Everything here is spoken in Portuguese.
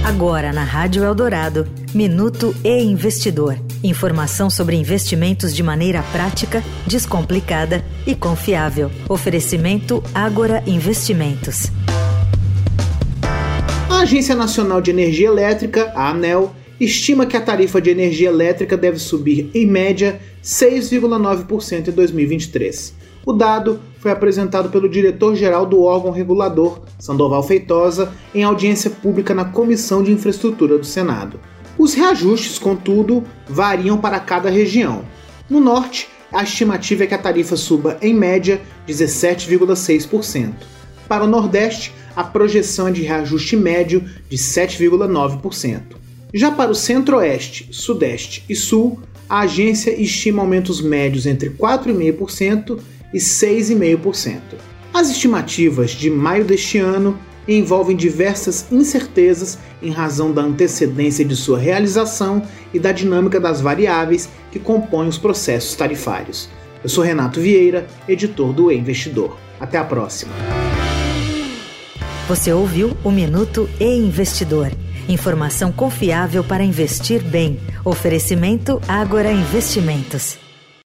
Agora na Rádio Eldorado, Minuto e-Investidor. Informação sobre investimentos de maneira prática, descomplicada e confiável. Oferecimento Ágora Investimentos. A Agência Nacional de Energia Elétrica, a ANEEL, estima que a tarifa de energia elétrica deve subir, em média, 6,9% em 2023. O dado foi apresentado pelo diretor-geral do órgão regulador, Sandoval Feitosa, em audiência pública na Comissão de Infraestrutura do Senado. Os reajustes, contudo, variam para cada região. No norte, a estimativa é que a tarifa suba, em média, 17,6%. Para o nordeste, a projeção é de reajuste médio de 7,9%. Já para o centro-oeste, sudeste e sul, a agência estima aumentos médios entre 4,5% e 6,5%. As estimativas de maio deste ano envolvem diversas incertezas em razão da antecedência de sua realização e da dinâmica das variáveis que compõem os processos tarifários. Eu sou Renato Vieira, editor do E-Investidor. Até a próxima. Você ouviu o Minuto e-Investidor. Informação confiável para investir bem. Oferecimento Ágora Investimentos.